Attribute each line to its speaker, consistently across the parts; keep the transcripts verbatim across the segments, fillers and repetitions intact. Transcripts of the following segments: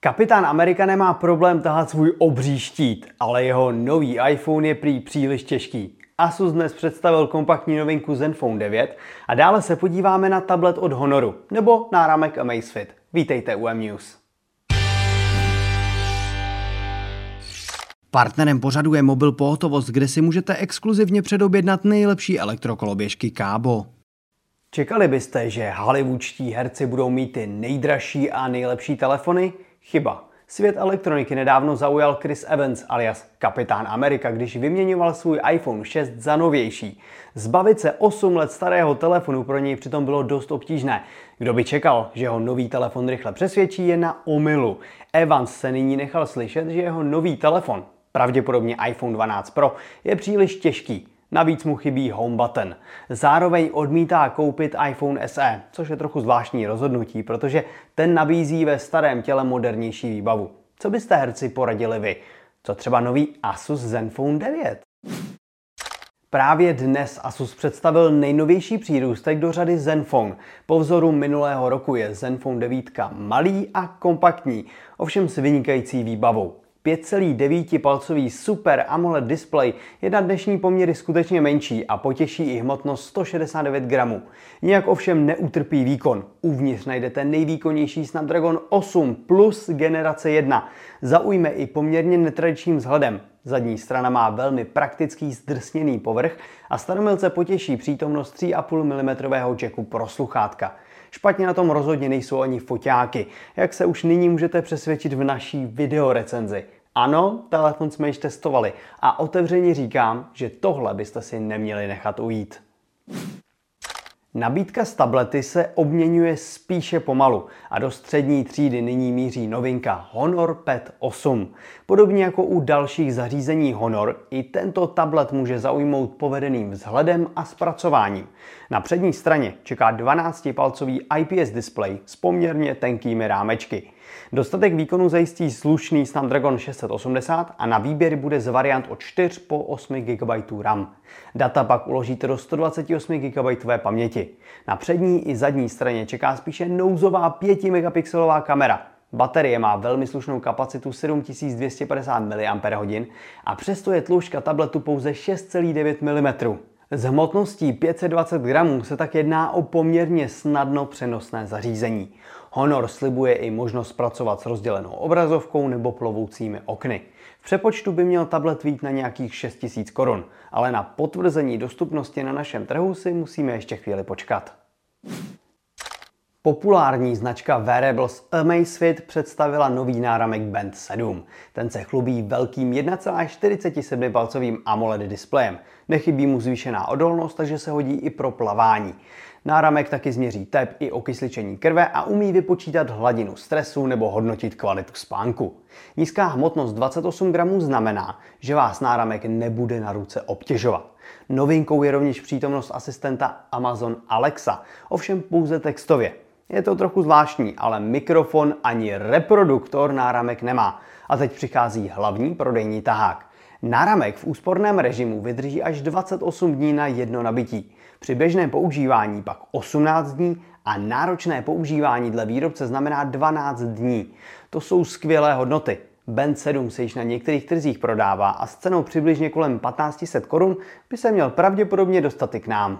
Speaker 1: Kapitán Amerika nemá problém tahat svůj obří štít, ale jeho nový iPhone je prý příliš těžký. Asus dnes představil kompaktní novinku Zenfone devět a dále se podíváme na tablet od Honoru nebo náramek Amazfit. Vítejte u M-News. Partnerem pořadu je Mobil Pohotovost, kde si můžete exkluzivně předobjednat nejlepší elektrokoloběžky Kábo. Čekali byste, že hollywoodští herci budou mít ty nejdražší a nejlepší telefony? Chyba. Svět elektroniky nedávno zaujal Chris Evans alias Kapitán Amerika, když vyměňoval svůj iPhone šest za novější. Zbavit se osm let starého telefonu pro něj přitom bylo dost obtížné. Kdo by čekal, že ho nový telefon rychle přesvědčí, je na omylu. Evans se nyní nechal slyšet, že jeho nový telefon, pravděpodobně iPhone dvanáct Pro, je příliš těžký. Navíc mu chybí home button. Zároveň odmítá koupit iPhone S E, což je trochu zvláštní rozhodnutí, protože ten nabízí ve starém těle modernější výbavu. Co byste herci poradili vy? Co třeba nový Asus Zenfone devět? Právě dnes Asus představil nejnovější přírůstek do řady Zenfone. Po vzoru minulého roku je Zenfone devět malý a kompaktní, ovšem s vynikající výbavou. pět celá devět palcový Super AMOLED displej je na dnešní poměry skutečně menší a potěší i hmotnost sto šedesát devět gramů. Nijak ovšem neutrpí výkon. Uvnitř najdete nejvýkonnější Snapdragon osm plus generace jedna. Zaujme i poměrně netradičním vzhledem. Zadní strana má velmi praktický zdrsněný povrch a staromilce potěší přítomnost tři celá pět milimetru jacku pro sluchátka. Špatně na tom rozhodně nejsou ani foťáky, jak se už nyní můžete přesvědčit v naší videorecenzi. Ano, telefon jsme již testovali a otevřeně říkám, že tohle byste si neměli nechat ujít. Nabídka z tablety se obměňuje spíše pomalu a do střední třídy nyní míří novinka Honor Pad osm. Podobně jako u dalších zařízení Honor, i tento tablet může zaujmout povedeným vzhledem a zpracováním. Na přední straně čeká dvanáctipalcový I P S displej s poměrně tenkými rámečky. Dostatek výkonu zajistí slušný Snapdragon šest set osmdesát a na výběr bude z variant od čtyři po osm gigabajtů RAM. Data pak uložíte do sto dvacet osm gigabajtů paměti. Na přední i zadní straně čeká spíše nouzová pětimegapixelová kamera. Baterie má velmi slušnou kapacitu sedm tisíc dvě stě padesát miliampérhodin a přesto je tloušťka tabletu pouze šest celá devět milimetrů. S hmotností pět set dvacet gramů se tak jedná o poměrně snadno přenosné zařízení. Honor slibuje i možnost pracovat s rozdělenou obrazovkou nebo plovoucími okny. V přepočtu by měl tablet vyjít na nějakých šest tisíc korun, ale na potvrzení dostupnosti na našem trhu si musíme ještě chvíli počkat. Populární značka Wearables Amazfit představila nový náramek Band sedm. Ten se chlubí velkým jedna celá čtyřicet sedm palcovým AMOLED displejem. Nechybí mu zvýšená odolnost, takže se hodí i pro plavání. Náramek taky změří tep i okysličení krve a umí vypočítat hladinu stresu nebo hodnotit kvalitu spánku. Nízká hmotnost dvacet osm gramů znamená, že vás náramek nebude na ruce obtěžovat. Novinkou je rovněž přítomnost asistenta Amazon Alexa, ovšem pouze textově. Je to trochu zvláštní, ale mikrofon ani reproduktor náramek nemá. A teď přichází hlavní prodejní tahák. Náramek v úsporném režimu vydrží až dvacet osm dní na jedno nabití. Při běžném používání pak osmnáct dní a náročné používání dle výrobce znamená dvanáct dní. To jsou skvělé hodnoty. Band sedm se již na některých trzích prodává a s cenou přibližně kolem patnáct set korun by se měl pravděpodobně dostat i k nám.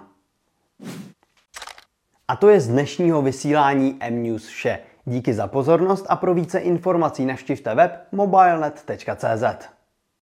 Speaker 1: A to je z dnešního vysílání M-News vše. Díky za pozornost a pro více informací navštivte web mobile net tečka cé zet.